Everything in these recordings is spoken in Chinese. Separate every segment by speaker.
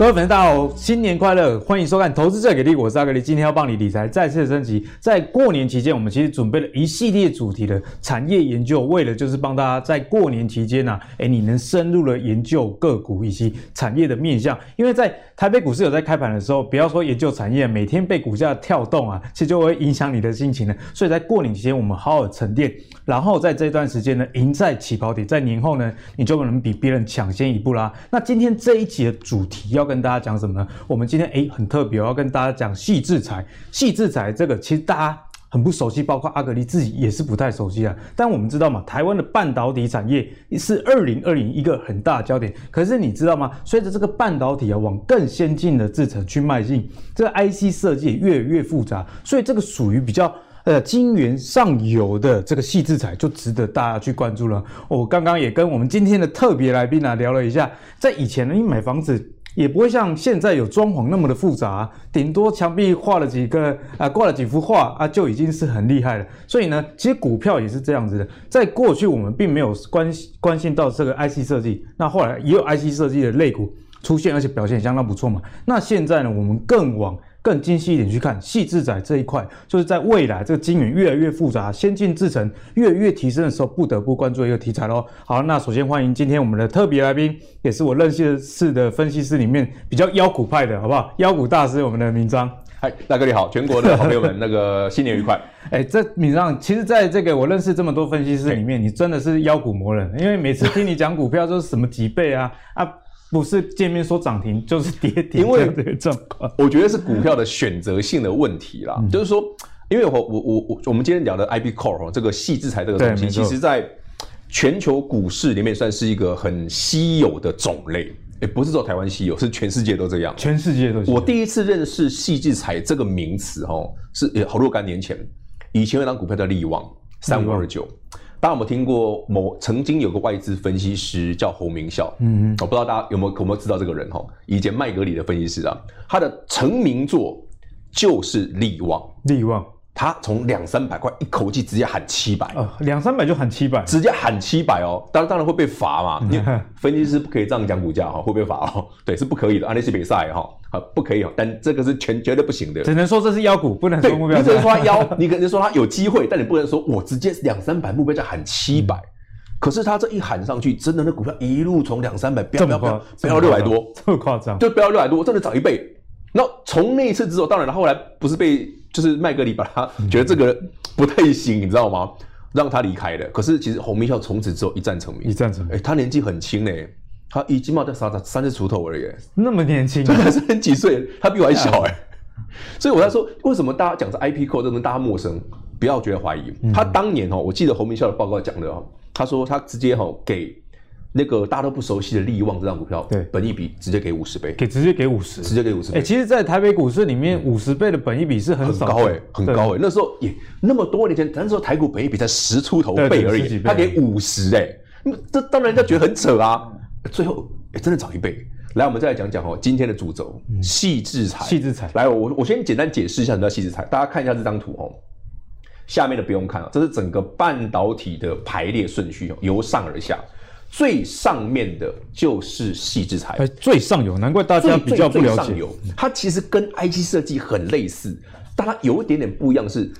Speaker 1: 各位粉丝大家好，新年快乐！欢迎收看《投资最给力》，我是阿格力。今天要帮你理财再次升级。在过年期间，我们其实准备了一系列主题的产业研究，为了就是帮大家在过年期间你能深入的研究个股以及产业的面向。因为在台北股市有在开盘的时候，不要说研究产业，每天被股价跳动其实就会影响你的心情了。所以在过年期间，我们好好沉淀，然后在这段时间呢，赢在起跑点，在年后呢，你就能比别人抢先一步啦。那今天这一集的主题要跟大家讲什么呢？我们今天很特别，要跟大家讲矽智财。矽智财这个其实大家很不熟悉，包括阿格力自己也是不太熟悉啊。但我们知道嘛，台湾的半导体产业是2020一个很大的焦点。可是你知道吗？随着这个半导体往更先进的制程去迈进，这个 IC 设计也越来越复杂，所以这个属于比较晶圆上游的这个矽智财就值得大家去关注了。我刚刚也跟我们今天的特别来宾聊了一下，在以前呢，你买房子也不会像现在有装潢那么的复杂顶多墙壁画了几个挂了几幅画就已经是很厉害了。所以呢，其实股票也是这样子的，在过去我们并没有关心到这个 IC 设计，那后来也有 IC 设计的类股出现，而且表现也相当不错嘛。那现在呢，我们更精细一点去看矽智财这一块，就是在未来这个晶圆越来越复杂、先进制程越来越提升的时候，不得不关注一个题材咯。好，那首先欢迎今天我们的特别来宾，也是我认识的分析师里面比较妖股派的，好不好？妖股大师我们的明彰。
Speaker 2: 嗨，大哥你好，全国的好朋友们，那个新年愉快。
Speaker 1: 这明彰，其实在这个我认识这么多分析师里面，你真的是妖股魔人，因为每次听你讲股票就是什么几倍不是见面说涨停就是跌停，因为这个状况，
Speaker 2: 我觉得是股票的选择性的问题啦。就是说，因为我们今天聊的 IP Core 这个矽智财这个东西，其实在全球股市里面算是一个很稀有的种类。不是说台湾稀有，是全世界都这样。
Speaker 1: 全世界都稀有。
Speaker 2: 我第一次认识矽智财这个名词是好若干年前，以前有张股票叫力旺3529。大家有没有听过曾经有个外资分析师叫侯明孝？我不知道大家有没有知道这个人以前麦格里的分析师他的成名作就是力旺。他从200-300块一口气直接喊700，200-300
Speaker 1: 就喊700，
Speaker 2: 直接喊700当然会被罚嘛。因为分析师不可以这样讲股价会被罚对，是不可以的，那是比赛不可以但这个是绝对不行的，
Speaker 1: 只能说这是妖股，不能说目标价。
Speaker 2: 你只能说他妖，你可能说他有机会，但你不能说我直接200-300目标价喊700。可是他这一喊上去，真的那股票一路从200-300飙到600多，
Speaker 1: 这么夸张，
Speaker 2: 就飙到600多，真的涨1倍。然后从那一次之后，当然后来不是被就是麦格里把他觉得这个不太行，你知道吗？让他离开了。可是其实侯明孝从此之后一战成名，他年纪很轻他已经在30出头而已，
Speaker 1: 那么年轻，
Speaker 2: 真的是很几岁，他比我还小所以我在说，为什么大家讲这 IP Core 这东西大家陌生，不要觉得怀疑。他当年我记得侯明孝的报告讲的他说他直接给那个大家都不熟悉的力旺这张股票，对，本益比直接给50倍，
Speaker 1: 直接给50倍。其实，在台北股市里面，50倍的本益比是很少的，
Speaker 2: 很高那时候也那么多年前，那时候台股本益比才10出头倍而已，他给50这当然人家觉得很扯最后真的涨1倍。来，我们再来讲讲今天的主轴矽智财。来，我先简单解释一下什么叫矽智财，大家看一下这张图下面的不用看这是整个半导体的排列顺序由上而下。最上面的就是矽智财，
Speaker 1: 最上游，难怪大家比较不了解。
Speaker 2: 它其实跟 IC 设计很类似，但它有一点点不一样，是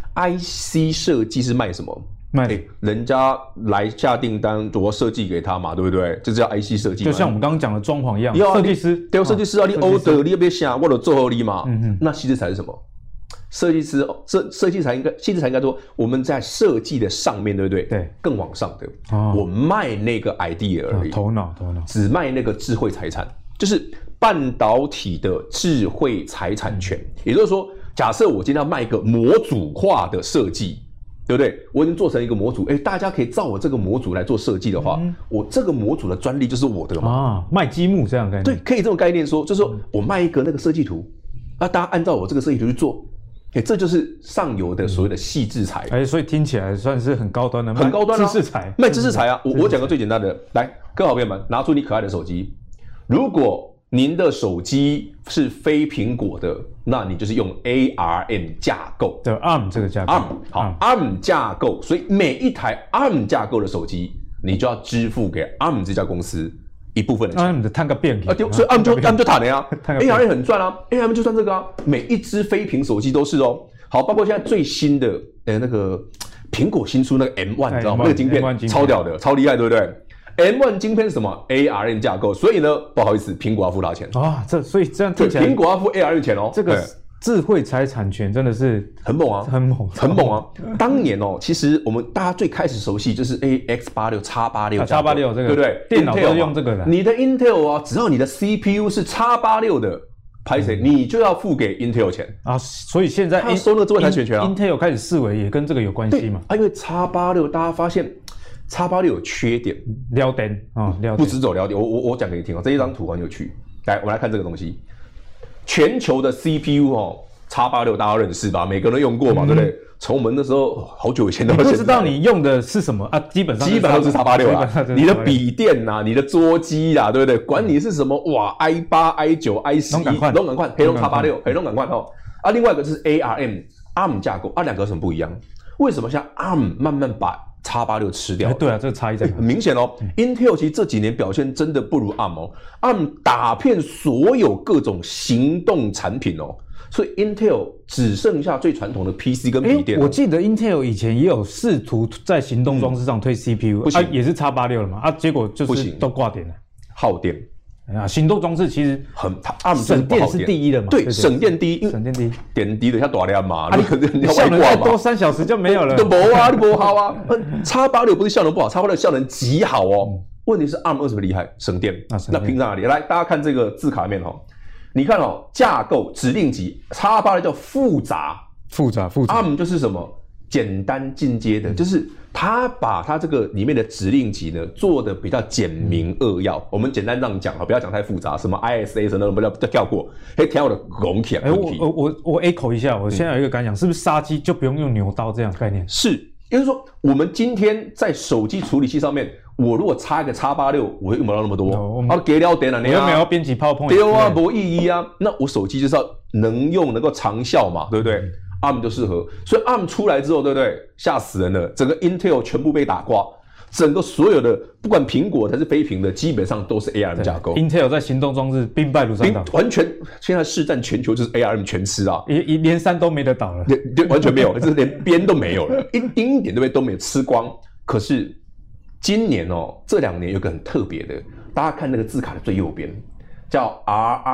Speaker 2: IC 设计是卖什么？人家来下订单，我设计给他嘛，对不对？这叫 IC 设计，
Speaker 1: 就像我们刚刚讲的装潢一样，设计师
Speaker 2: 对，设计师你 order 你要不要下，我就做好你嘛。那矽智财是什么？设计师矽智财应该说我们在设计的上面，对不对？对，更往上的我卖那个 idea 而已，
Speaker 1: 头脑，
Speaker 2: 只卖那个智慧财产，就是半导体的智慧财产权。也就是说，假设我今天要卖一个模组化的设计，对不对？我已经做成一个模组，大家可以照我这个模组来做设计的话，我这个模组的专利就是我的嘛。
Speaker 1: 卖积木这样的概念，
Speaker 2: 对，可以这种概念说，就是说我卖一个那个设计图，大家按照我这个设计图去做。这就是上游的所谓的矽智财，
Speaker 1: 所以听起来算是很高端的，
Speaker 2: 很高端
Speaker 1: 知识财，
Speaker 2: 卖知识财我讲个最简单的，来，各位好朋友们，拿出你可爱的手机。如果您的手机是非苹果的，那你就是用 ARM 架构
Speaker 1: 的 ARM 这个架构。
Speaker 2: ARM 架构，所以每一台 ARM 架构的手机，你就要支付给 ARM 这家公司一部分的钱。
Speaker 1: 你的探个变
Speaker 2: 啊，所以 ARM 就谈了呀，ARM 很赚啊 ，ARM 就赚这个啊，每一只非屏手机都是哦。好，包括现在最新的那个苹果新出那个 M1， 你知道吗？那个晶片超屌的，超厉害，对不对？M1 晶片是什么 ？ARM 架构，所以呢，不好意思，苹果要付他钱
Speaker 1: 啊。所以这样听起来，
Speaker 2: 苹果要付 ARM 钱哦。
Speaker 1: 这个智慧财产权真的是
Speaker 2: 很猛啊，
Speaker 1: 很猛
Speaker 2: 啊！当年哦，其实我们大家最开始熟悉就是 X86、X86
Speaker 1: 这个，
Speaker 2: 对不对？
Speaker 1: 电脑都是用这个的。
Speaker 2: 你的 Intel 啊，只要你的 CPU 是 X86 的。拍谁，你就要付给 Intel 钱
Speaker 1: 啊！所以现在
Speaker 2: 他收那个智慧财产权啊
Speaker 1: ，Intel 开始视为也跟这个有关系嘛？
Speaker 2: 因为 X86 大家发现 X86 有缺点，
Speaker 1: 撩点啊，
Speaker 2: 不只走撩点。我讲给你听哦，这一张图很有趣。来，我们来看这个东西，全球的 CPU 哦 ，X86 大家认识吧？每个人都用过嘛，对不对？从我们那时候好久以前到现在，
Speaker 1: 不知道你用的是什么啊？基本上
Speaker 2: 都是 X86 啊，你的笔电呐，你的桌机啦，对不对？管你是什么哇 ，i8、i9、i11，都赶快，黑龙 X86，黑龙赶快哦。啊，另外一个就是 ARM 架构啊，两个有什么不一样？为什么像 ARM 慢慢把 X86 吃掉？
Speaker 1: 对啊，这个差异在哪？
Speaker 2: 很明显哦。Intel 其实这几年表现真的不如 ARM 哦 ，ARM 打遍所有各种行动产品哦。所以 Intel 只剩下最传统的 PC 跟笔电。
Speaker 1: 我记得 Intel 以前也有试图在行动装置上推 CPU，也是 X86 了嘛，结果就是都挂点了，
Speaker 2: 耗电。
Speaker 1: 行动装置其实省电是第一的嘛，
Speaker 2: 对，省电第一，
Speaker 1: 省电第一，
Speaker 2: 点低的像大量嘛，你可能
Speaker 1: 效能再多3小时就没有了，
Speaker 2: 都没啊，你不好啊。X86不是效能不好，X86效能极好哦。问题是 ARM 为什么厉害？省电。那凭哪里？来，大家看这个字卡面哦。你看哦，架构指令集 ，X86 叫复杂 ，ARM 就是什么简单进阶的，就是它把它这个里面的指令集呢做的比较简明扼要。我们简单这样讲不要讲太复杂，什么 ISA 什么不要跳过，可以挑的拱起来。
Speaker 1: 我 echo 一下，我现在有一个感想，是不是杀鸡就不用用牛刀这样概念？
Speaker 2: 是，也就是说，我们今天在手机处理器上面。我如果插一个 X86，我会用不到那么多。给了点了，
Speaker 1: 我又没有编辑 PowerPoint，
Speaker 2: 对啊，没意义啊。那我手机就是要能用，能够长效嘛，对不对？ARM 就适合。所以 ARM 出来之后，对不对？吓死人了，整个 Intel 全部被打挂，整个所有的不管苹果还是非屏的，基本上都是 ARM 架构。
Speaker 1: Intel 在行动装置兵败如山倒，
Speaker 2: 完全现在市占全球就是 ARM 全吃啊，
Speaker 1: 连山都没得倒了，
Speaker 2: 完全没有，就是连边都没有了，一丁点都没有吃光。可是。今年哦，这2年有个很特别的，大家看那个字卡的最右边，叫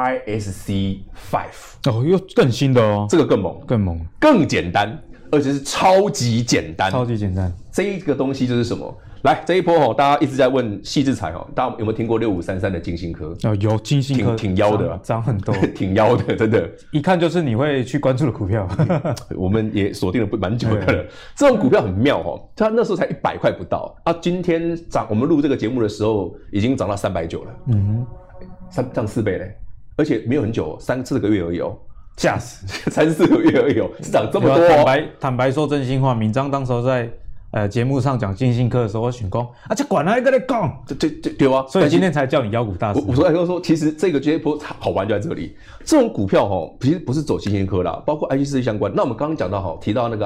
Speaker 2: RISC-V
Speaker 1: 哦，又更新的哦，
Speaker 2: 这个更猛，更简单，而且是超级简单。这一个东西就是什么？来，这一波哦，大家一直在问矽智财哦，大家有没有听过6533的晶心科？
Speaker 1: 有晶心科，
Speaker 2: 挺妖的，
Speaker 1: 涨很多，
Speaker 2: 挺妖的，真的，
Speaker 1: 一看就是你会去关注的股票。
Speaker 2: 我们也锁定了蛮久的了。这种股票很妙哦，它那时候才100块不到啊，今天涨，我们录这个节目的时候已经涨到390了，涨4倍嘞，而且没有很久，3-4个月而已哦。
Speaker 1: 吓死
Speaker 2: ，3-4个月而已哦，是涨这么多哦。
Speaker 1: 坦白说真心话，闵章当时候在节目上讲晶心科的时候，我想讲这管他跟你讲，
Speaker 2: 对啊，
Speaker 1: 所以今天才叫你妖股大师。
Speaker 2: 我说，其实这个这一波好玩就在这里，这种股票其实不是走晶心科啦，包括 IC 相关。那我们刚刚讲到提到那个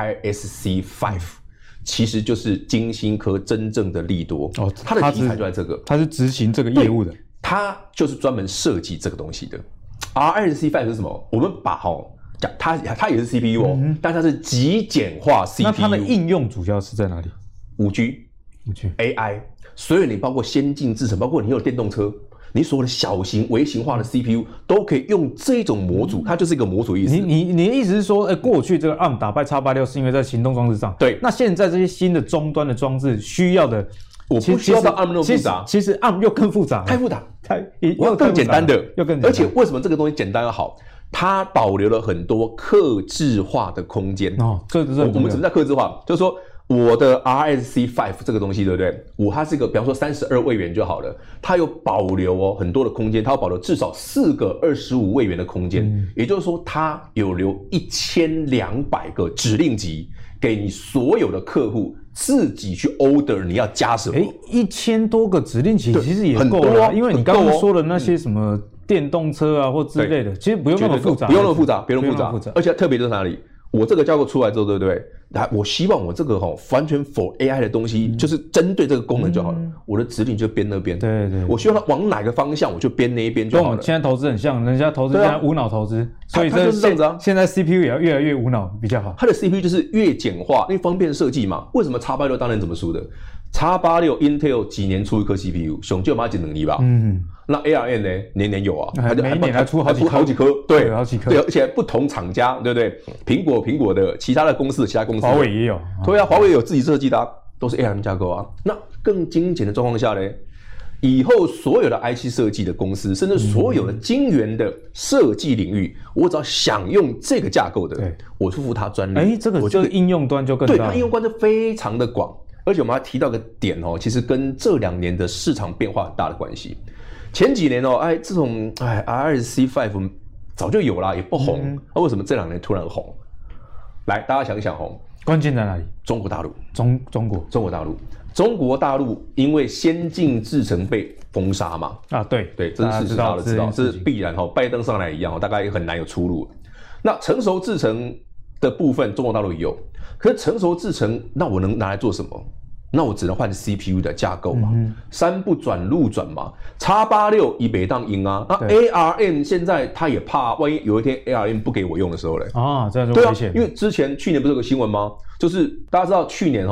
Speaker 2: RISC-V，其实就是晶心科真正的利多哦，它的题材就在这个，
Speaker 1: 它是执行这个业务的，
Speaker 2: 它就是专门设计这个东西的。RISC-V 是什么？我们把它也是 CPU 哦，但它是极简化 CPU。
Speaker 1: 那它的应用主要是在哪里
Speaker 2: ？5G、AI， 所以你包括先进制程，包括你有电动车，你所有的小型、微型化的 CPU 都可以用这种模组，它就是一个模组意思。
Speaker 1: 你的意思是说，过去这个 ARM 打败 X86 是因为在行动装置上？
Speaker 2: 对。
Speaker 1: 那现在这些新的终端的装置需要的，
Speaker 2: 我不需要到 ARM 那么复杂。
Speaker 1: 其实 ARM 又更复杂，
Speaker 2: 太复杂，我要更简单的，而且为什么这个东西简单要好？它保留了很多客制化的空间
Speaker 1: 哦，
Speaker 2: 我们怎么叫客制化？就是说我的 RISC-V 这个东西，对不对？它是一个，比方说32位元就好了，它有保留很多的空间，它有保留至少4个25位元的空间，也就是说它有留1200个指令集给你所有的客户自己去 order 你要加什么
Speaker 1: ？1000多个指令集其实也够了，因为你刚刚说的那些什么电动车啊或之类的，其实不用那么复杂，
Speaker 2: 不用那么复杂，而且特别就是哪里？ 我这个架构出来之后，对不对？我希望我这个完全 for AI 的东西，就是针对这个功能就好了。我的指令就编那边，
Speaker 1: 对对，
Speaker 2: 我希望它往哪个方向，我就编那一边就好了。
Speaker 1: 跟我们现在投资很像，人家投资现在无脑投资，所以
Speaker 2: 就是这样子啊。
Speaker 1: 现在 CPU 也要越来越无脑比较好。
Speaker 2: 它的 CPU 就是越简化，因为方便设计嘛。为什么 X86 当年怎么输的？X86 Intel 几年出一颗 CPU，熊就马几能力吧。那 ARM 呢？年年有啊，
Speaker 1: 每一年还出好几颗，
Speaker 2: 对，
Speaker 1: 好几颗，
Speaker 2: 对，而且不同厂家，对不对？苹果的其他的公司，
Speaker 1: 华为也有，
Speaker 2: 对啊，华为有自己设计的，都是 ARM 架构啊。那更精简的状况下呢，以后所有的 IC 设计的公司，甚至所有的晶圆的设计领域，我只要想用这个架构的，我去付它专利，
Speaker 1: 这个应用端就更大，
Speaker 2: 对，它应用端就非常的广。而且我们还提到个点其实跟这2年的市场变化很大的关系。前几年这种RSC5 早就有啦，也不红，那为什么这2年突然红？来，大家想一想
Speaker 1: 关键在哪里？
Speaker 2: 中国大陆，
Speaker 1: 中
Speaker 2: 国大陆因为先进制程被封杀嘛，
Speaker 1: 对，
Speaker 2: 这是事实，大家都知道，这是必然拜登上来一样，大概也很难有出路。那成熟制程的部分，中国大陆也有，可是成熟制程，那我能拿来做什么？那我只能换 CPU 的架构嘛，山不转路转嘛。X86 以北当赢啊，那 ARM 现在他也怕，万一有一天 ARM 不给我用的时候嘞，
Speaker 1: 这样就危险。
Speaker 2: 因为去年不是有个新闻吗？就是大家知道去年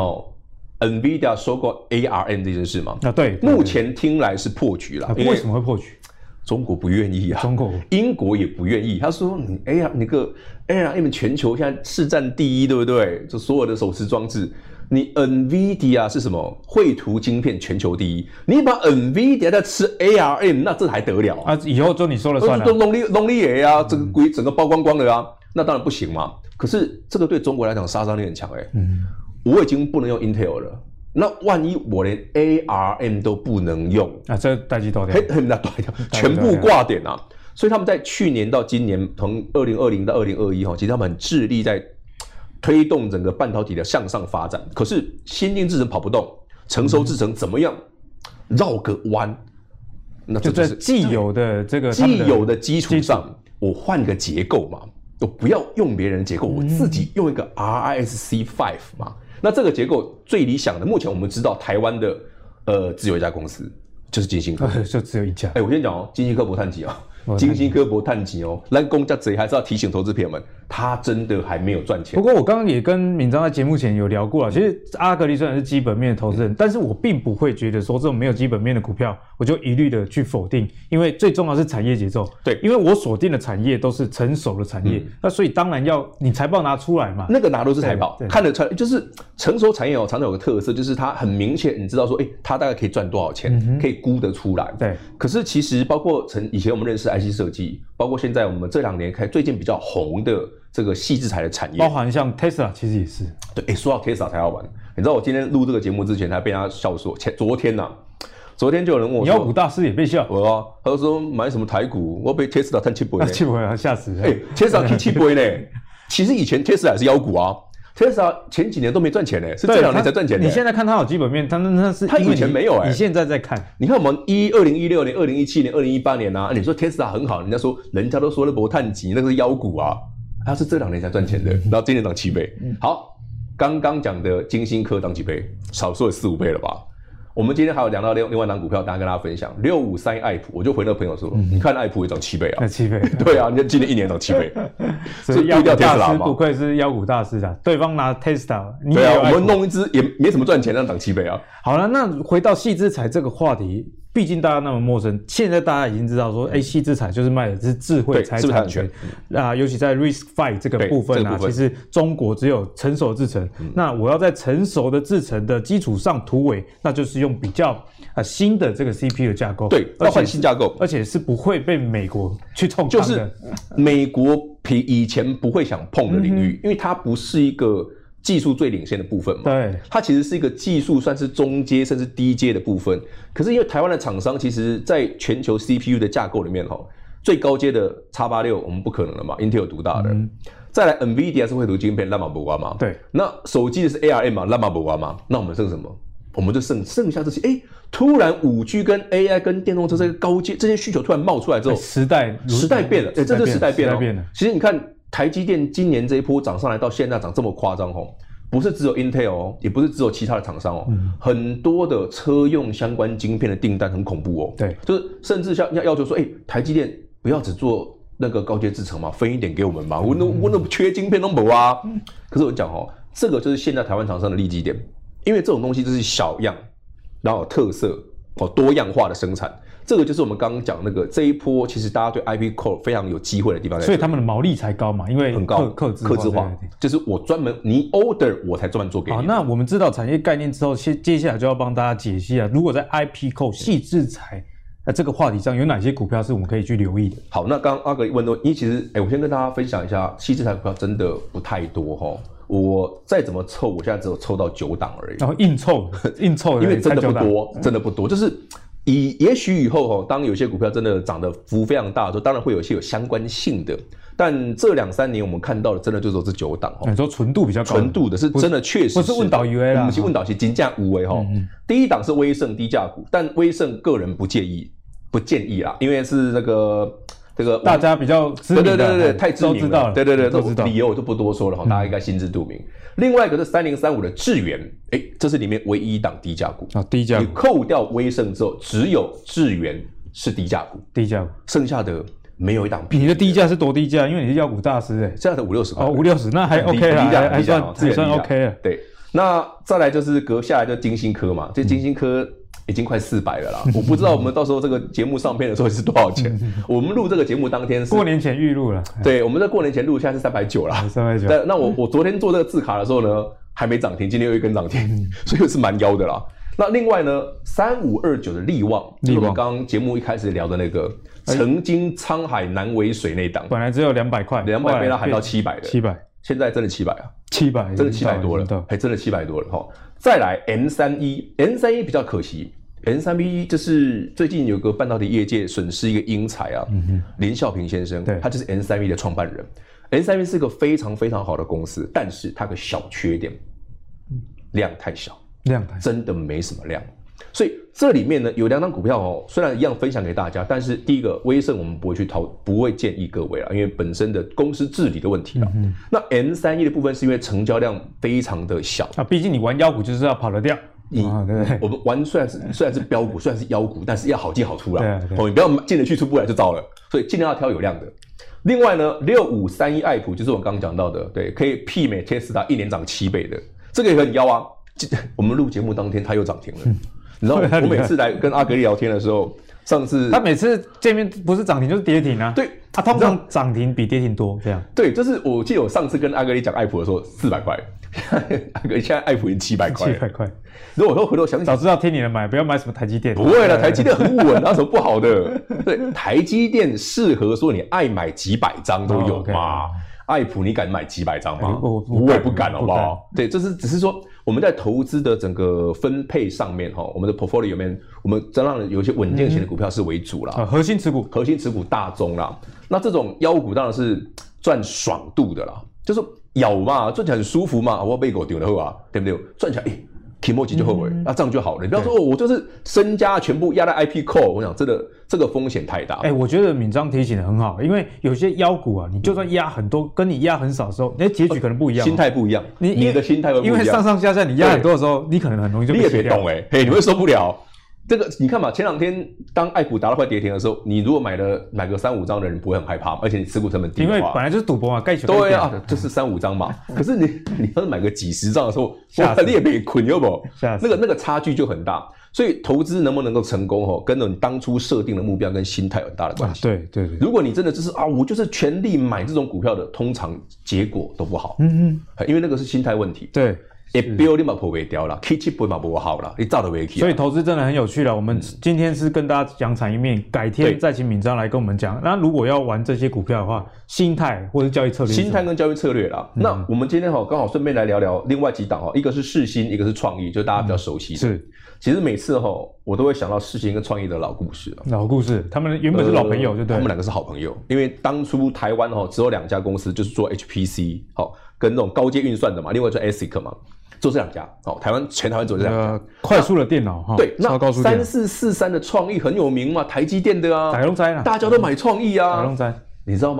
Speaker 2: NVIDIA 收购 ARM 这件事吗？
Speaker 1: 对，
Speaker 2: 目前听来是破局了。
Speaker 1: 为什么会破局？
Speaker 2: 中国不愿意啊，英国也不愿意。他说你个 ARM 全球现在市占第一，对不对？就所有的手持装置。你 NVIDIA 是什么？绘图晶片全球第一，你把 NVIDIA 在吃 ARM， 那这还得了啊？
Speaker 1: 以后就你说了算了，
Speaker 2: 都弄力也啊，整个曝光光了啊，那当然不行嘛。可是这个对中国来讲杀伤力很强我已经不能用 Intel 了，那万一我连 ARM 都不能用
Speaker 1: 这代机断掉，
Speaker 2: 全部挂点啊！所以他们在去年到今年，从2020到2021其实他们很致力在推动整个半导体的向上发展，可是先进制程跑不动，成熟制程怎么样绕个弯？那
Speaker 1: 就在既有的
Speaker 2: 基础上，我换个结构嘛，我不要用别人的结构，我自己用一个 RISC-V 嘛。那这个结构最理想的，目前我们知道台湾的只有一家公司，就是晶心科，
Speaker 1: 就只有一家。
Speaker 2: 我先讲晶心科不探级晶心科不探级咱公家贼还是要提醒投资朋友们，他真的还没有赚钱。
Speaker 1: 不过我刚刚也跟闵章在节目前有聊过了，其实阿格力虽然是基本面的投资人，但是我并不会觉得说这种没有基本面的股票，我就一律的去否定，因为最重要是产业节奏。
Speaker 2: 对，
Speaker 1: 因为我锁定的产业都是成熟的产业，那所以当然要你财报拿出来嘛。
Speaker 2: 那个拿都是财报，看得出来，就是成熟产业常常有个特色，就是它很明显，你知道说，它大概可以赚多少钱，可以估得出来。
Speaker 1: 对。
Speaker 2: 可是其实包括以前我们认识 IC 设计，包括现在我们这2年最近比较红的这个矽智财的产业，
Speaker 1: 包含像 Tesla 其实也是。
Speaker 2: 对，说到 Tesla 才好玩。你知道我今天录这个节目之前，还被他笑说，昨天就有人问我说，
Speaker 1: 妖股大师也被笑。
Speaker 2: 他说买什么台股，我被 Tesla 探7倍呢
Speaker 1: ，7倍吓死人。
Speaker 2: Tesla 7倍呢？其实以前 Tesla 也是妖股啊。Tesla 前几年都没赚钱是这2年才赚钱。
Speaker 1: 你现在看它有基本面，那是
Speaker 2: 它以前没有
Speaker 1: 你现在在看，
Speaker 2: 你看我们2016年、2017年、2018年你说 Tesla 很好，人家都说那不探级，那个是妖股啊，它是这2年才赚钱的，然后今年涨7倍。好，刚刚讲的晶心科涨几倍？少说有4-5倍了吧？我们今天还有聊到另外一档股票，大家跟大家分享653爱普，我就回那个朋友说，你看爱普也涨7倍啊
Speaker 1: ，7倍，
Speaker 2: 对啊，你看今年1年涨7倍，
Speaker 1: 所以妖股大师不愧是妖股大师啊，对方拿 Tesla，
Speaker 2: 对啊，我们弄一只也没什么赚钱，那涨7倍啊。
Speaker 1: 好了，那回到矽智财这个话题，毕竟大家那么陌生，现在大家已经知道说，矽智财就是卖的是智慧财产权尤其在 RISC-V 这个部分其实中国只有成熟制程，那我要在成熟的制程的基础上突围，那就是用比较新的这个 CPU 的架构，
Speaker 2: 对，要换新架构，
Speaker 1: 而且是不会被美国去冲
Speaker 2: 康的，就是美国以前不会想碰的领域，因为它不是一个技术最领先的部分嘛，
Speaker 1: 对，
Speaker 2: 它其实是一个技术算是中阶甚至低阶的部分。可是因为台湾的厂商，其实在全球 CPU 的架构里面最高阶的 X86 我们不可能了嘛 ，Intel 独大的。再来 NVIDIA 是绘图晶片，那么不玩嘛？
Speaker 1: 对。那
Speaker 2: 手机的是 ARM 嘛，那么不玩嘛？那我们剩什么？我们就剩下这些。突然5G 跟 AI 跟电动车这个高阶这些需求突然冒出来之后，
Speaker 1: 时代
Speaker 2: 变了，这是时代变了。其实你看台积电今年这一波涨上来到现在涨这么夸张哦，不是只有 Intel 哦，也不是只有其他的厂商哦，很多的车用相关晶片的订单很恐怖哦。
Speaker 1: 对，
Speaker 2: 就是甚至像要求说，台积电不要只做那个高阶制程嘛，分一点给我们嘛，我那缺晶片都没啊。可是我讲哦，这个就是现在台湾厂商的利基点，因为这种东西就是小样，然后有特色哦，多样化的生产。这个就是我们刚刚讲那个这一波，其实大家对 IP Core 非常有机会的地方在这里，
Speaker 1: 所以他们的毛利才高嘛，因为
Speaker 2: 很高，
Speaker 1: 客制化，
Speaker 2: 就是我专门你 order 我才专门做给你。
Speaker 1: 好，那我们知道产业概念之后，接下来就要帮大家解析啊，如果在 IP Core 细制材这个话题上有哪些股票是我们可以去留意的？
Speaker 2: 好，那刚刚阿格问到，其实我先跟大家分享一下，细制材股票真的不太多哈。我再怎么凑，我现在只有凑到9档而已。
Speaker 1: 然后硬凑，因
Speaker 2: 为真的不多，真的不多，就是。也许以后当有些股票真的涨得幅非常大的时候，当然会有一些有相关性的，但这2-3年我们看到的真的就只有这9档
Speaker 1: 你说纯度比较高，
Speaker 2: 纯度的是真的确实
Speaker 1: 不是问导 UA 啦，
Speaker 2: 我们是问导是金价无为第一档是威盛低价股，但威盛个人不建议啦，因为是那个这个
Speaker 1: 大家比较知名的，
Speaker 2: 对，太知名了，对，
Speaker 1: 都知道，
Speaker 2: 理由我就不多说了大家应该心知肚明。另外一个是3035的智原，这是里面唯一一档低价股
Speaker 1: 低价股，
Speaker 2: 你扣掉威盛之后，只有智原是低价股，剩下的没有一档。
Speaker 1: 你的低价是多低价？因为你是妖股大师
Speaker 2: 现在的50-60块
Speaker 1: ，50-60那还 OK 啦，还算 OK 了。
Speaker 2: 对，那再来就是下来就金星科嘛，这金星科已经快400了啦，我不知道我们到时候这个节目上片的时候是多少钱。我们录这个节目当天是
Speaker 1: 过年前预录了，
Speaker 2: 对，我们在过年前录，现在是390啦，390。那我昨天做这个字卡的时候呢，还没涨停，今天又一根涨停，所以是蛮妖的啦。那另外呢，3529的力旺，就是我们刚刚节目一开始聊的那个，曾经沧海难为水那档，
Speaker 1: 本来只有200块
Speaker 2: ，200被他喊到700的
Speaker 1: ，700，
Speaker 2: 现在真的700啊
Speaker 1: ，700，
Speaker 2: 真的700多了，真的700多了哈。再来 N31比较可惜。N31 就是最近有个半导体业界损失一个英才啊，林孝平先生，他就是 N31 的创办人。N31 是个非常非常好的公司，但是它有个小缺点，量太小，真的没什么量。所以这里面呢有2档股票虽然一样分享给大家，但是第一个威盛我们不会建议各位啦，因为本身的公司治理的问题啦。那 N31 的部分是因为成交量非常的小
Speaker 1: 毕竟你玩妖股就是要跑得掉。
Speaker 2: 我们玩虽然是标股，虽然是妖股，但是要好进好出啦。你不要进得去出不来就糟了，所以尽量要挑有量的。另外呢，6531爱普就是我刚刚讲到的，对，可以媲美 Tesla 1年涨7倍的，这个也很妖啊。我们录节目当天它又涨停了，你知道我每次来跟阿格力聊天的时候，上次
Speaker 1: 他每次见面不是涨停就是跌停啊。
Speaker 2: 对，
Speaker 1: 通常涨停比跌停多这样。
Speaker 2: 对，就是我记得我上次跟阿格力讲爱普的时候400块，现在爱普已经700块
Speaker 1: ，700块。
Speaker 2: 如果我回头想起，
Speaker 1: 早知道听你的买，不要买什么台积电。
Speaker 2: 不会了，台积电很稳，哪有什么不好的？对，台积电适合说你爱买几百张都有嘛。爱普你敢买几百张吗？我也不敢，好不好？对，这是只是说我们在投资的整个分配上面我们的 portfolio 里面，我们当然有一些稳健型的股票是为主啦，
Speaker 1: 核心持股
Speaker 2: 大宗啦。那这种妖股当然是赚爽度的啦，就是咬嘛，赚起来很舒服嘛，我被狗丢了后啊，对不对？赚起来Kimoji 就后悔，那这样就好了。你不要说我就是身家全部压在 IP Core， 我想真的这个风险太大。
Speaker 1: 我觉得闵章提醒的很好，因为有些妖股啊，你就算压很多，跟你压很少的时候，结局可能不一样，
Speaker 2: 心态不一样，你的心态会不一样。
Speaker 1: 因为上上下下你压很多的时候，你可能很容易就被洗掉。
Speaker 2: 你也别懂你会受不了。这个你看嘛，前2天当爱普达到快跌停的时候，你如果买个3-5张的人不会很害怕，而且你持股成本低的话，
Speaker 1: 因为本来就是赌博嘛，该选
Speaker 2: 对啊，就是3-5张嘛。可是你要是买个几十张的时候，你也被捆有不？那个差距就很大。所以投资能不能够成功跟你当初设定的目标跟心态有很大的关系。
Speaker 1: 对。
Speaker 2: 如果你真的就是我就是全力买这种股票的，通常结果都不好。因为那个是心态问题。
Speaker 1: 对。
Speaker 2: 标你嘛破不掉啦，起不嘛不好啦，你早都没起。
Speaker 1: 所以投资真的很有趣了。我们今天是跟大家讲产业面，改天再请闵章来跟我们讲。那如果要玩这些股票的话，心态或者交易策略，
Speaker 2: 心态跟交易策略啦。那我们今天刚好顺便来聊聊另外几档一个是世新，一个是创意，就大家比较熟悉的。
Speaker 1: 是，
Speaker 2: 其实每次我都会想到世新跟创意的老故事。
Speaker 1: 他们原本是老朋友，对不对？
Speaker 2: 他们2个是好朋友，因为当初台湾只有2家公司，就是做 HPC 跟那种高阶运算的嘛，另外就 ASIC 嘛。就这2家，全台湾只有这2家
Speaker 1: 快速的电脑
Speaker 2: 对，那3443的创意很有名嘛，台积电的啊，
Speaker 1: 大家都买
Speaker 2: 创意啊，你知道吗？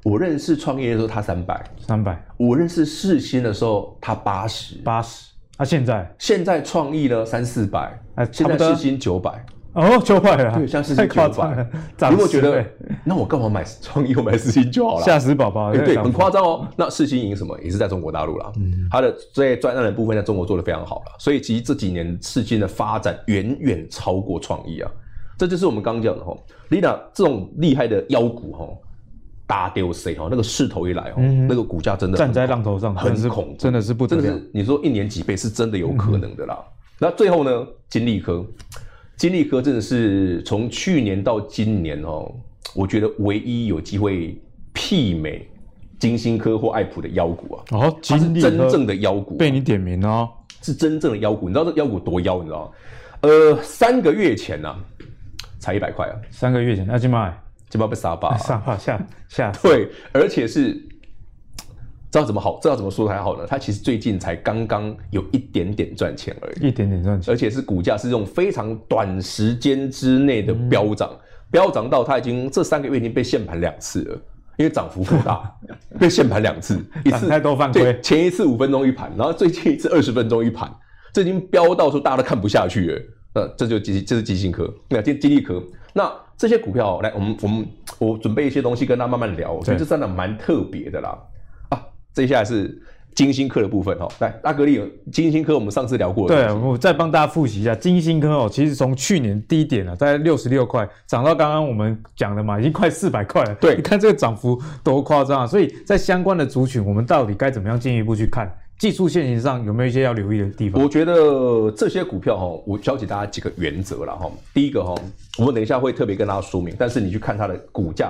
Speaker 2: 我认识创业的时候他300，我认识世新的时候他80，现在创意呢300-400，现在世新900。
Speaker 1: 哦，900了，
Speaker 2: 对，像世新900，你有没有觉得？那我干嘛买创意，我买世新就好了？
Speaker 1: 吓死宝宝！
Speaker 2: 对，很夸张哦。那世新赢什么？也是在中国大陆啦，它的在专案的部分在中国做得非常好了，所以其实这几年世新的发展远远超过创意啊。这就是我们刚刚讲的哈 ，Lina 这种厉害的妖股哈，大丢谁哈？那个势头一来哦，那个股价真的
Speaker 1: 站在浪头上，
Speaker 2: 很恐怖，
Speaker 1: 真的是不得了。
Speaker 2: 真的是你说1年几倍是真的有可能的啦。那最后呢，金利科真的是从去年到今年哦，我觉得唯一有机会媲美金星科或爱普的妖股啊。
Speaker 1: 哦，
Speaker 2: 它是真正的妖股，
Speaker 1: 被你点名哦，
Speaker 2: 是真正的妖股。你知道这妖股多妖？你知道吗？3个月前啊，才100块啊。
Speaker 1: 3个月前，那今麦
Speaker 2: 被杀爆，
Speaker 1: 下
Speaker 2: 对，而且是。知道怎么说才好呢？它其实最近才刚刚有一点点赚钱而已，
Speaker 1: 一点点赚钱，
Speaker 2: 而且是股价是用非常短时间之内的飙涨，飙涨到它已经这3个月已经被限盘2次了，因为涨幅过大，被限盘2次，一次
Speaker 1: 太多犯规，
Speaker 2: 对，前一次5分钟一盘，然后最近一次20分钟一盘，这已经飙到说大家都看不下去了。这是基信科，那金利科，那这些股票来，我准备一些东西跟大家慢慢聊，我觉得这真的蛮特别的啦。接下来是金星科的部分哦，来大哥利，金星科我们上次聊过的，
Speaker 1: 对，我再帮大家复习一下，金星科哦，其实从去年低点大概66块，涨到刚刚我们讲的嘛，已经快400块了。对，你看这个涨幅多夸张啊！所以在相关的族群，我们到底该怎么样进一步去看？技术线型上有没有一些要留意的地方？
Speaker 2: 我觉得这些股票我教给大家几个原则啦第一个我们等一下会特别跟大家说明，但是你去看它的股价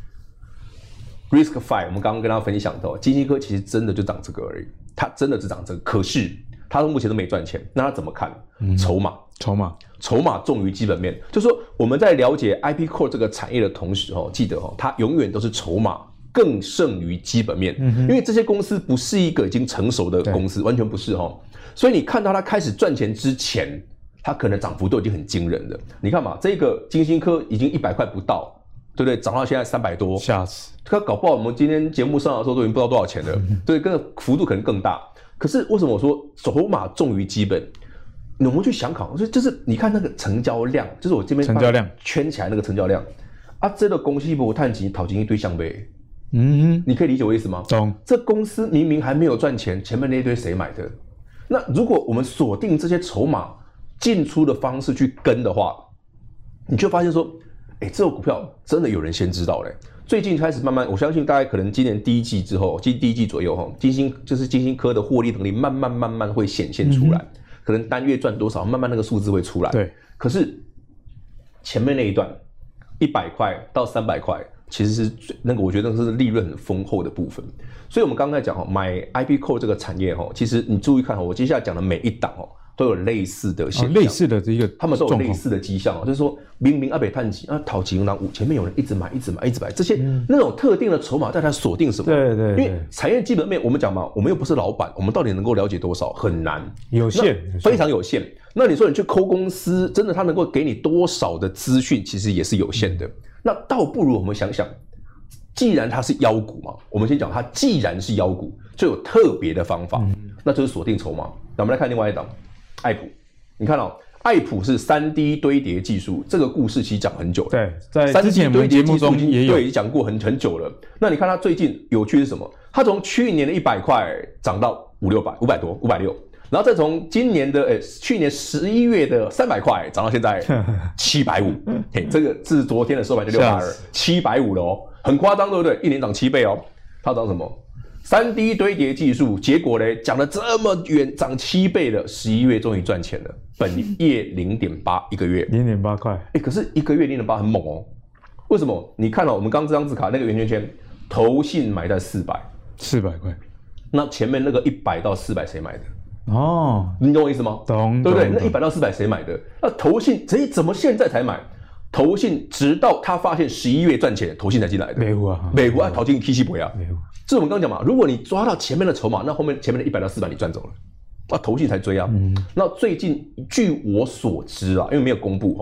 Speaker 2: RISC-V 我们刚刚跟大家分享的金星科其实真的就涨这个而已，它真的只涨这个，可是它目前都没赚钱，那它怎么看？筹码重于基本面，就是说我们在了解 IP Core 这个产业的同时记得它永远都是筹码更胜于基本面，因为这些公司不是一个已经成熟的公司，完全不是所以你看到它开始赚钱之前，它可能涨幅都已经很惊人了。你看嘛，这个金星科已经100块不到。对不对？涨到现在300多，
Speaker 1: 吓死！
Speaker 2: 他搞不好我们今天节目上的时候都已经不知道多少钱了，对，跟幅度可能更大。可是为什么我说筹码重于基本？我们去想考，就是你看那个成交量，就是我这边
Speaker 1: 成交量
Speaker 2: 圈起来那个成交量啊，这个公司不探钱讨进一堆项呗。你可以理解我意思吗？
Speaker 1: 懂。
Speaker 2: 这公司明明还没有赚钱，前面那一堆谁买的？那如果我们锁定这些筹码进出的方式去跟的话，你就发现说。这种股票真的有人先知道嘞。最近开始慢慢，我相信大概可能今年第一季之后，第一季左右金星科的获利能力慢慢会显现出来，可能单月赚多少，慢慢那个数字会出来。对。可是前面那一段100块到300块，其实是那个我觉得是利润很丰厚的部分。所以我们刚才讲买 IP Core 这个产业其实你注意看我接下来讲的每一档都有类似的现象，
Speaker 1: 类似的这个，
Speaker 2: 他们都有类似的迹象就是说明明阿北探几讨几前面有人一直买，这些那种特定的筹码在它锁定什么？对，因为产业基本面我们讲嘛，我们又不是老板，我们到底能够了解多少？很难，
Speaker 1: 有限，
Speaker 2: 非常有限。那你说你去抠公司，真的他能够给你多少的资讯，其实也是有限的。那倒不如我们想想，既然它是妖股嘛，我们先讲它既然是妖股，就有特别的方法，那就是锁定筹码。那我们来看另外一档。爱普，你看爱普是3D 堆叠技术，这个故事其实讲很久了。
Speaker 1: 对，在之前我们节目中也有
Speaker 2: 讲过很久了。那你看它最近有趣是什么？它从去年的100块涨到500多，560，然后再从今年的去年11月的300块涨到现在750。这个是昨天的收盘就620，750了很夸张，对不对？一年涨7倍它涨什么？3D 堆叠技术，结果呢讲了这么远，涨7倍的，11月终于赚钱了，本业0.8一个月
Speaker 1: ，0.8块，
Speaker 2: 可是一个月0.8很猛为什么？你看我们刚这张字卡那个圆圈圈，投信买在400
Speaker 1: 块，
Speaker 2: 那前面那个100到400谁买的？你懂我意思吗？
Speaker 1: 懂，
Speaker 2: 对不对？那100到400谁买的？那投信怎么现在才买？投信直到他发现11月赚钱，投信才进来的。美股投进 K 线不要。这我们刚刚讲嘛，如果你抓到前面的筹码，那后面前面的100到400你赚走了，投信才追那最近据我所知因为没有公布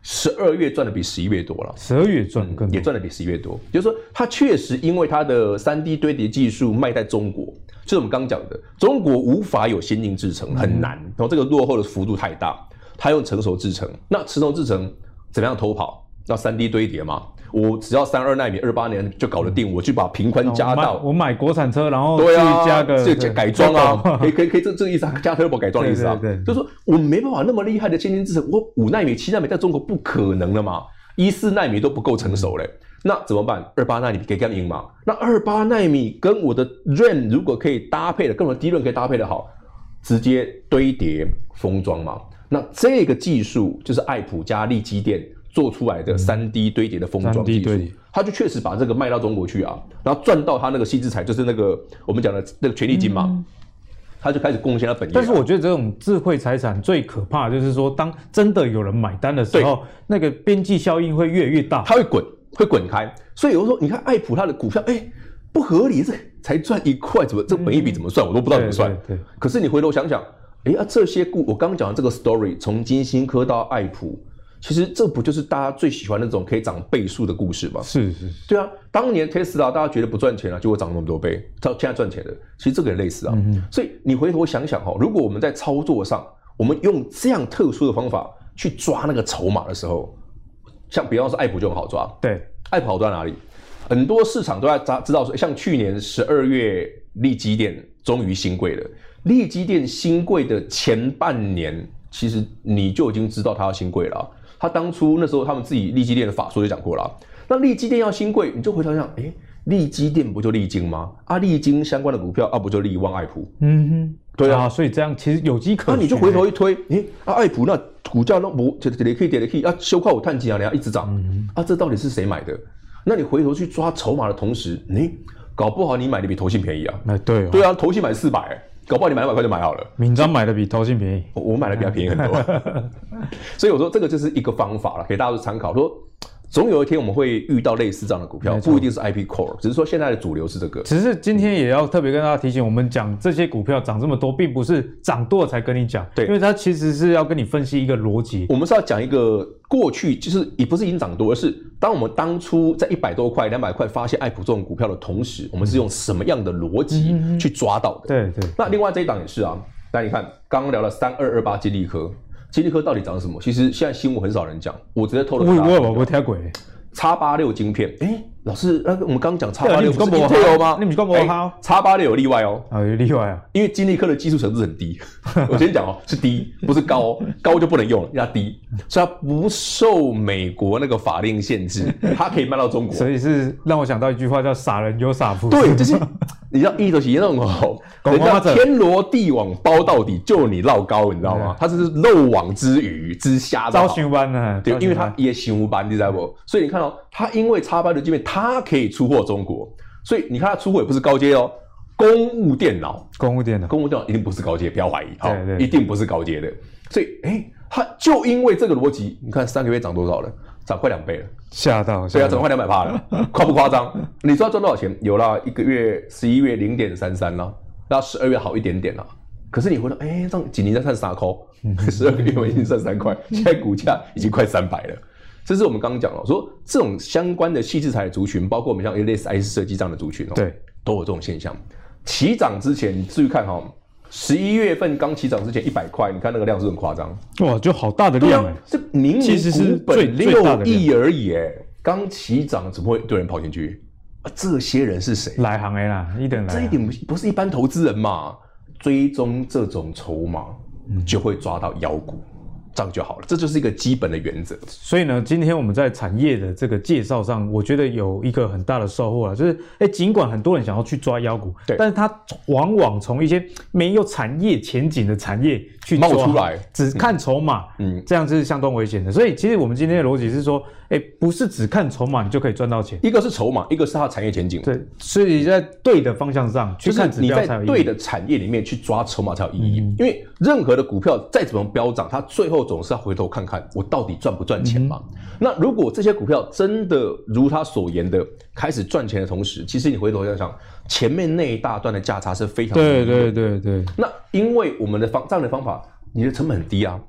Speaker 2: 12月赚的比11月多了
Speaker 1: ，12月赚更多，
Speaker 2: 也赚的比11月多。就是说，它确实因为它的3D 堆叠技术卖在中国，就是我们刚刚讲的，中国无法有先进制程，很难，然后这个落后的幅度太大，它用成熟制程，那成熟制程怎么样偷跑？要3D 堆叠嘛。我只要32奈米28年就搞得定，我去把频宽加到。
Speaker 1: 我买国产车，然后去加个
Speaker 2: 这改装啊，可以这个意思啊，加 turbo 改装的意思啊。对，就是说我没办法那么厉害的先进制程，我5奈米、7奈米在中国不可能了嘛，14奈米都不够成熟嘞。那怎么办？28奈米可以更赢嘛？那28奈米跟我的 RAM 如果可以搭配的，跟我的DRAM可以搭配的好，直接堆叠封装嘛。那这个技术就是爱普加力积电做出来的3D 堆叠的封装技术，他就确实把这个卖到中国去啊，然后赚到他那个细制裁，就是那个我们讲的那个权利金嘛，他就开始贡献他本业。
Speaker 1: 但是我觉得这种智慧财产最可怕的就是说，当真的有人买单的时候，那个边际效应会越来越大，
Speaker 2: 它会滚开。所以有的时候你看爱普它的股票，不合理，这才赚1块，怎么这本益比怎么算，我都不知道怎么算。对，可是你回头想想，这些我刚刚讲的这个 story， 从金星科到爱普。其实这不就是大家最喜欢那种可以涨倍数的故事吗？
Speaker 1: 是，
Speaker 2: 对啊。当年 Tesla 大家觉得不赚钱啊，结果涨那么多倍，到现在赚钱的，其实这个也类似啊。所以你回头想想如果我们在操作上，我们用这样特殊的方法去抓那个筹码的时候，像比方说爱普就很好抓。
Speaker 1: 对，
Speaker 2: 爱普好抓哪里？很多市场都在知道说，像去年12月力积电终于新贵了，力积电新贵的前半年，其实你就已经知道它要新贵了啊。他当初那时候他们自己力积电的法说就讲过了，那力积电要新贵，你就回头想，力积电不就力晶吗？力晶相关的股票不就力旺爱普？对啊，
Speaker 1: 所以这样其实有机可循。
Speaker 2: 那你就回头一推，爱普那股价都不跌可以跌可以修快我探几啊，人家一直涨这到底是谁买的？那你回头去抓筹码的同时，搞不好你买的比投信便宜啊。对啊，投信买400搞不好你买200块就买好了。
Speaker 1: 敏章买的比投信便宜，
Speaker 2: 我买的比他便宜很多。所以我说这个就是一个方法了，给大家做参考。说总有一天我们会遇到类似这样的股票，不一定是 IP Core， 只是说现在的主流是这个。
Speaker 1: 只是今天也要特别跟大家提醒，我们讲这些股票涨这么多，并不是涨多了才跟你讲，对，因为它其实是要跟你分析一个逻辑。
Speaker 2: 我们是要讲一个过去，就是也不是已经涨多，而是当我们当初在100多块、200块发现爱普这种股票的同时，我们是用什么样的逻辑去抓到的？
Speaker 1: 对。
Speaker 2: 那另外这一档也是啊，那你看刚刚聊了3228金利科。金利科到底涨什么？其实现在新闻很少人讲，我直接透露。
Speaker 1: 我听过。
Speaker 2: X86晶片，老师，我们刚讲 X86 不是 Intel 吗？
Speaker 1: 你们讲不好。
Speaker 2: X86 有例外哦。
Speaker 1: 有例外啊，
Speaker 2: 因为金利科的技术层次很低。我先讲是低，不是高，高就不能用了，要低，所以它不受美国那个法令限制，它可以卖到中国。
Speaker 1: 所以是让我想到一句话叫"傻人有傻福"。
Speaker 2: 对，就是你知道，意思是那种人家天罗地网包到底，就你绕高，你知道吗？它是漏网之鱼之虾，
Speaker 1: 招上班呢。
Speaker 2: 对，因为它也上班，你知道不？所以你看它因为X86的晶片，它可以出货中国，所以你看它出货也不是高阶哦，公务电脑一定不是高阶，不要怀疑，一定不是高阶的。所以它就因为这个逻辑，你看3个月涨多少了？涨快2倍了，
Speaker 1: 吓到！
Speaker 2: 对啊，涨快200%了，夸不夸张？你说要赚多少钱？有啦，一个月11月0.33啦，到12月好一点点啦。可是你回头，这样几年再赚3块，12个月我已经赚3块，现在股价已经快300了。这是我们刚刚讲了，说这种相关的细制材的族群，包括我们像 ASIC 设计这样的族群，对，都有这种现象。起涨之前，你注意看11月份刚起涨之前100块，你看那个量是很夸张，
Speaker 1: 哇，就好大的量
Speaker 2: 这明明股本6亿而已刚起涨怎么会对人跑进去？这些人是谁？
Speaker 1: 来行啦，一点来，
Speaker 2: 这一点不是一般投资人嘛？追踪这种筹码，就会抓到妖股。这样就好了，这就是一个基本的原则。
Speaker 1: 所以呢，今天我们在产业的这个介绍上，我觉得有一个很大的收获就是尽管很多人想要去抓妖股，但是他往往从一些没有产业前景的产业去抓
Speaker 2: 冒出来，
Speaker 1: 只看筹码，这样是相当危险的。所以其实我们今天的逻辑是说，不是只看筹码你就可以赚到钱，
Speaker 2: 一个是筹码，一个是它的产业前景。
Speaker 1: 对，所以你在对的方向上去看指标才有意义，
Speaker 2: 你在对的产业里面去抓筹码才有意义。因为任何的股票再怎么飙涨，它最后总是要回头看看我到底赚不赚钱嘛。那如果这些股票真的如他所言的开始赚钱的同时，其实你回头想想，前面那一大段的价差是非常低的。
Speaker 1: 对。
Speaker 2: 那因为我们的这样的方法，你的成本很低啊。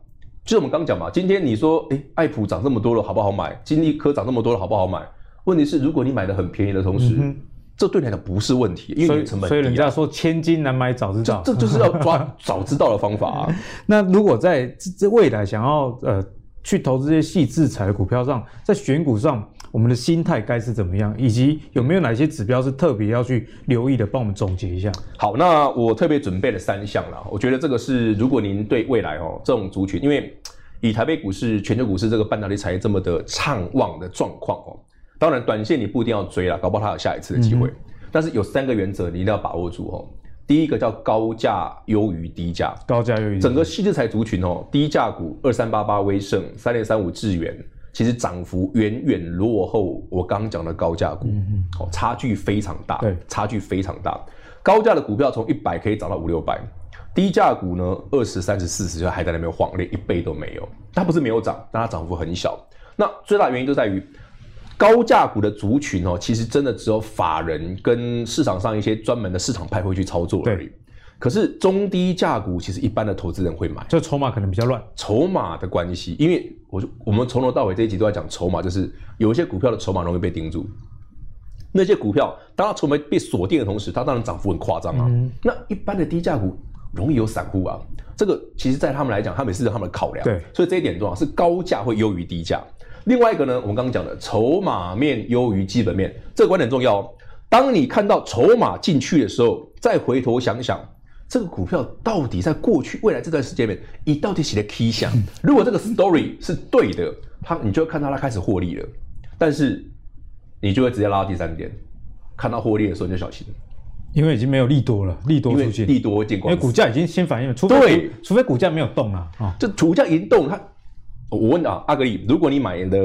Speaker 2: 就是我们刚讲嘛，今天你说，爱普涨这么多了，好不好买？金利科涨这么多了，好不好买？问题是，如果你买的很便宜的同时，这对你来讲不是问题，因为你的成本低。
Speaker 1: 所以人家说千金难买早知道，
Speaker 2: 这就是要抓早知道的方法啊。
Speaker 1: 那如果在这未来想要去投资这些细制裁的股票上，在选股上，我们的心态该是怎么样，以及有没有哪些指标是特别要去留意的，帮我们总结一下。
Speaker 2: 好，那我特别准备了3项啦，我觉得这个是如果您对未来这种族群，因为以台北股市、全球股市这个半导体产业这么的畅旺的状况当然短线你不一定要追啦，搞不好它有下一次的机会。但是有3个原则你一定要把握住第一个叫高价优于低价，
Speaker 1: 高价优于低价。
Speaker 2: 整个细制裁族群低价股2388威盛、3035智原，其实涨幅远远落后我刚刚讲的高价股，差距非常大，对，差距非常大。高价的股票从100可以涨到500-600，低价股呢20、30、40就还在那边晃，连1倍都没有。它不是没有涨，但它涨幅很小。那最大的原因就在于高价股的族群其实真的只有法人跟市场上一些专门的市场派会去操作而已。可是中低价股其实一般的投资人会买，
Speaker 1: 这筹码可能比较乱。
Speaker 2: 筹码的关系，因为我们从头到尾这一集都在讲筹码，就是有一些股票的筹码容易被盯住。那些股票当它筹码被锁定的同时，它当然涨幅很夸张啊。那一般的低价股容易有散户啊，这个其实在他们来讲，他们也是他们的考量。对，所以这一点重要，是高价会优于低价。另外一个呢，我们刚刚讲的筹码面优于基本面，这个观点重要当你看到筹码进去的时候，再回头想想，这个股票到底在过去、未来这段时间里面，你到底写的 key 项？如果这个 story 是对的，你就会看到它开始获利了，但是你就会直接拉到第3点，看到获利的时候你就小心，
Speaker 1: 因为已经没有利多了，利多出现，
Speaker 2: 利多见光，
Speaker 1: 因为股价已经先反应了，除非股价没有动了
Speaker 2: 这股价已经动了，我问阿格力，如果你买的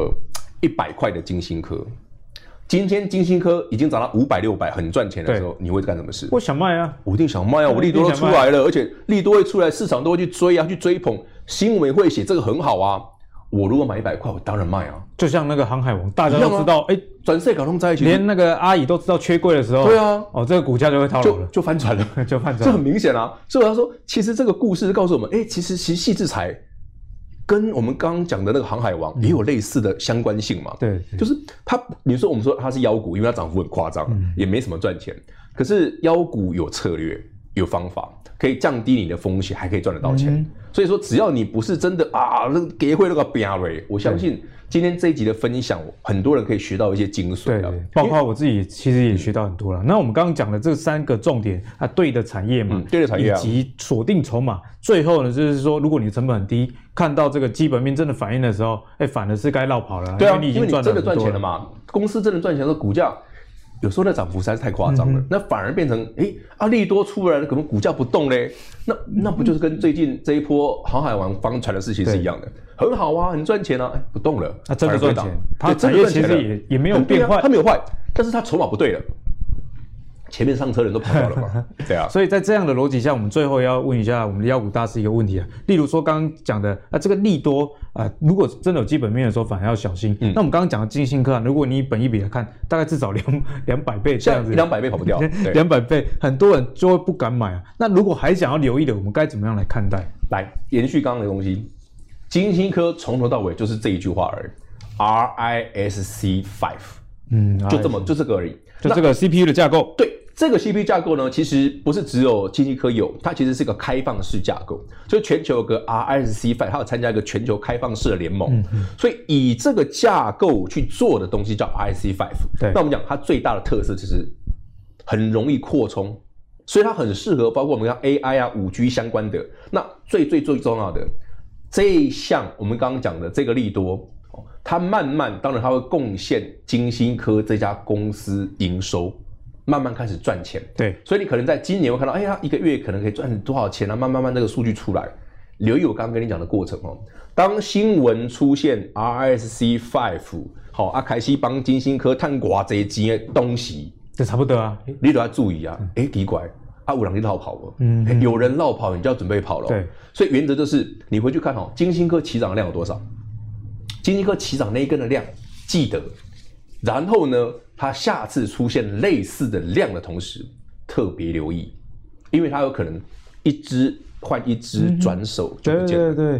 Speaker 2: 100块的金星科，今天金星科已经涨到500、600，很赚钱的时候，你会干什么事？
Speaker 1: 我想卖啊，
Speaker 2: 我一定想卖啊！我利多都出来了，而且利多会出来，市场都会去追啊，去追捧，新闻会写这个很好啊。我如果买100块，我当然卖啊。
Speaker 1: 就像那个航海王，大家都知道，
Speaker 2: 转世搞通在一起，
Speaker 1: 连那个阿姨都知道缺柜的时候，
Speaker 2: 对啊，
Speaker 1: 这个股价就会套牢了，
Speaker 2: 就翻船了，
Speaker 1: 就翻船，
Speaker 2: 这很明显啊。所以我要说，其实这个故事告诉我们，其实细制裁跟我们刚刚讲的那个航海王也有类似的相关性嘛。
Speaker 1: 对，就是
Speaker 2: 我们说它是妖股，因为它涨幅很夸张，也没什么赚钱。可是妖股有策略，有方法，可以降低你的风险，还可以赚得到钱。所以说，只要你不是真的给会那个边位，我相信今天这一集的分享，很多人可以学到一些精髓。
Speaker 1: 对，包括我自己其实也学到很多了。那我们刚刚讲的这3个重点对的产业嘛，
Speaker 2: 对的产业，
Speaker 1: 以及锁定筹码。最后呢，就是说，如果你的成本很低，看到这个基本面真的反应的时候，反而是该绕跑了。
Speaker 2: 对啊，
Speaker 1: 因为你已经
Speaker 2: 真的赚钱了嘛，公司真的赚钱的时候，股价有时候那涨幅实在是太夸张了，那反而变成利多出来了，可能股价不动嘞，那不就是跟最近这一波航海王翻船的事情是一样的？很好啊，很赚钱啊，不动了，
Speaker 1: 真的赚钱，它产业其实也没有变坏，
Speaker 2: 它没有坏，但是它筹码不对了。前面上车的人都跑掉了嘛？对啊，
Speaker 1: 所以在这样的逻辑下，我们最后要问一下我们的妖股大师一个问题啊。例如说刚刚讲的这个利多如果真的有基本面的时候，反而要小心。那我们刚刚讲的金星科如果你以本益比来看，大概至少200倍这样子
Speaker 2: ，200倍跑不掉
Speaker 1: ，200倍，很多人就会不敢买啊。那如果还想要留意的，我们该怎么样来看待？
Speaker 2: 来延续刚刚的东西，金星科从头到尾就是这一句话而已 ，RISC-V，就这个而已，
Speaker 1: 就这个 CPU 的架构，
Speaker 2: 对。这个 CPU 架构呢，其实不是只有金星科有，它其实是一个开放式架构，所以全球有个 RISC-V， 它有参加一个全球开放式的联盟，所以以这个架构去做的东西叫 RISC-V。那我们讲它最大的特色就是很容易扩充，所以它很适合包括我们像 AI 5G 相关的。那最重要的这一项，我们刚刚讲的这个利多，它慢慢当然它会贡献金星科这家公司营收。慢慢开始赚钱，
Speaker 1: 对，
Speaker 2: 所以你可能在今年会看到，它1个月可能可以赚多少钱啊？慢慢这个数据出来，留意我刚刚跟你讲的过程当新闻出现 RISC-V， 开始帮金星科探寡这些东西，
Speaker 1: 这差不多啊，
Speaker 2: 你都要注意啊，奇怪有人绕跑了，有人绕跑，你就要准备跑了。
Speaker 1: 对，
Speaker 2: 所以原则就是你回去看金星科起涨的量有多少，金星科起涨那一根的量记得。然后呢，它下次出现类似的量的同时，特别留意，因为它有可能一只换一只转手就不见了。
Speaker 1: 对，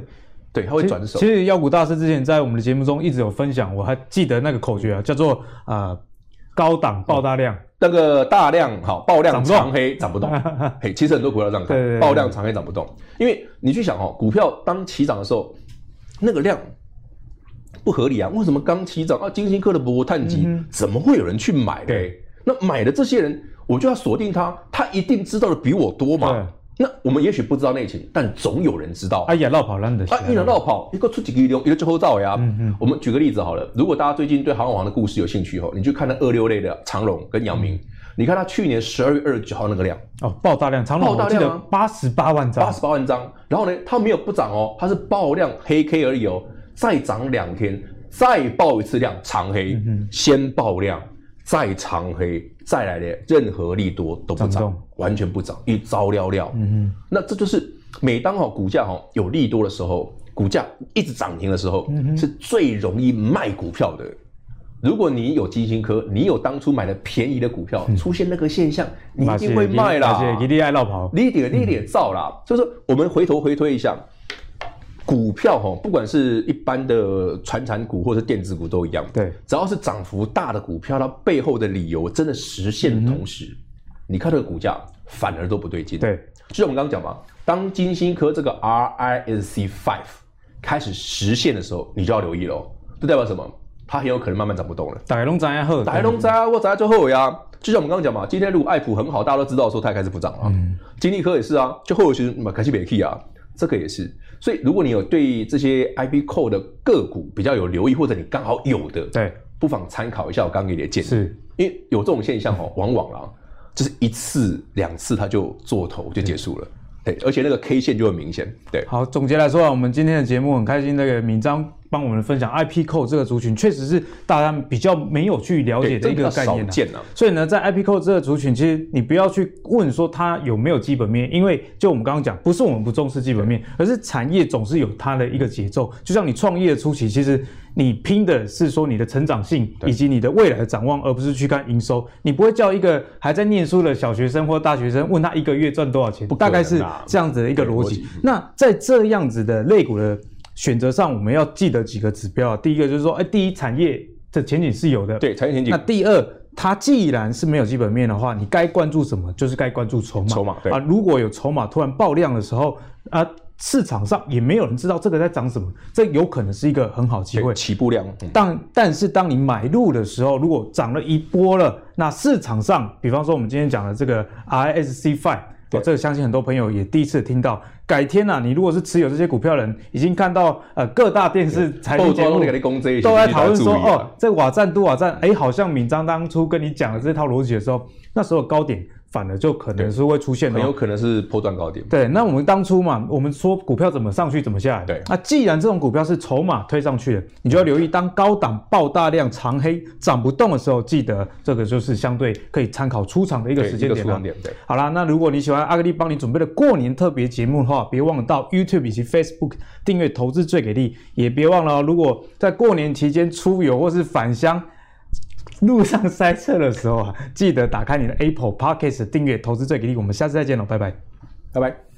Speaker 2: 对，它会转手。
Speaker 1: 其实妖股大师之前在我们的节目中一直有分享，我还记得那个口诀啊，叫做高档爆大量。
Speaker 2: 那个大量好，爆量长黑涨不动。嘿，其实很多股票这样看，爆量长黑涨不动，因为你去想股票当起涨的时候，那个量不合理啊。为什么刚起涨金星科的博碳基怎么会有人去买呢？那买的这些人，我就要锁定他一定知道的比我多嘛。那我们也许不知道内情，但总有人知道。
Speaker 1: 哎呀，绕跑烂的。
Speaker 2: 一人绕跑，一个出几个一个就后照呀。我们举个例子好了，如果大家最近对航海王的故事有兴趣你去看那26类的长荣跟阳明，你看他去年12月29号那个量
Speaker 1: 爆大量，长荣我记得88万张
Speaker 2: ，88万张。然后呢，它没有不涨它是爆量黑 K 而已再涨2天，再爆一次量长黑，先爆量。再长黑，再来的任何利多都不涨，完全不涨，一招撩撩。那这就是每当股价有利多的时候，股价一直涨停的时候，是最容易卖股票的。如果你有金星科，你有当初买的便宜的股票，出现那个现象，你一定会卖啦。
Speaker 1: 一定爱绕跑，
Speaker 2: 你得造啦。就是我们回推一下。股票不管是一般的传产股或是电子股都一样，
Speaker 1: 对，
Speaker 2: 只要是涨幅大的股票，它背后的理由真的实现的同时，你看这个股价反而都不对劲。
Speaker 1: 对，
Speaker 2: 就像我们刚刚讲嘛，当金星科这个 RISC 5开始实现的时候，你就要留意了，这代表什么？它很有可能慢慢涨不动了。
Speaker 1: 大家都知道好，
Speaker 2: 大家都知道，我知道就好呀。就像我们刚刚讲嘛，今天如果爱普很好，大家都知道的时候，它也开始不涨了。金利科也是啊，就后续开始没起啊。这个也是，所以如果你有对这些 IP Core 的个股比较有留意，或者你刚好有的，
Speaker 1: 对，
Speaker 2: 不妨参考一下我刚刚给你的建议。
Speaker 1: 是，
Speaker 2: 因为有这种现象往往就是1次2次它就做头就结束了。对，而且那个 K 线就很明显。对，
Speaker 1: 好，总结来说我们今天的节目很开心，那个闵章帮我们分享 IP Core 这个族群，确实是大家比较没有去了解的一个概念所以呢，在 IP Core 这个族群，其实你不要去问说它有没有基本面，因为就我们刚刚讲，不是我们不重视基本面，而是产业总是有它的一个节奏。就像你创业的初期，其实你拼的是说你的成长性以及你的未来的展望，而不是去看营收。你不会叫一个还在念书的小学生或大学生问他1个月赚多少钱，大概是这样子的一个逻辑。那在这样子的类股的选择上，我们要记得几个指标。第一个就是说，第一，产业的前景是有的，
Speaker 2: 对，产业前景。
Speaker 1: 那第二，它既然是没有基本面的话，你该关注什么？就是该关注筹码。
Speaker 2: 筹码，对
Speaker 1: 如果有筹码突然爆量的时候，市场上也没有人知道这个在涨什么，这有可能是一个很好机会，
Speaker 2: 起步量。
Speaker 1: 但是当你买入的时候，如果涨了一波了，那市场上，比方说我们今天讲的这个 RISC 5。这个相信很多朋友也第一次听到。改天你如果是持有这些股票的人，已经看到各大电视财经节目都在讨论说，这瓦赞都瓦赞，好像闵章当初跟你讲的这套逻辑的时候，那时候高点反而就可能是会出现的，
Speaker 2: 很有可能是波段高点。
Speaker 1: 对，那我们当初嘛，我们说股票怎么上去怎么下来。
Speaker 2: 对，
Speaker 1: 那既然这种股票是筹码推上去的，你就要留意，当高档爆大量长黑涨不动的时候，记得这个就是相对可以参考出场的一个时间点。
Speaker 2: 对，
Speaker 1: 好啦，那如果你喜欢阿格力帮你准备的过年特别节目的话，别忘了到 YouTube 以及 Facebook 订阅投资最给力，也别忘了如果在过年期间出游或是返乡路上塞车的时候记得打开你的 Apple Podcast 订阅投资最给力。我们下次再见了，拜拜，
Speaker 2: 拜拜。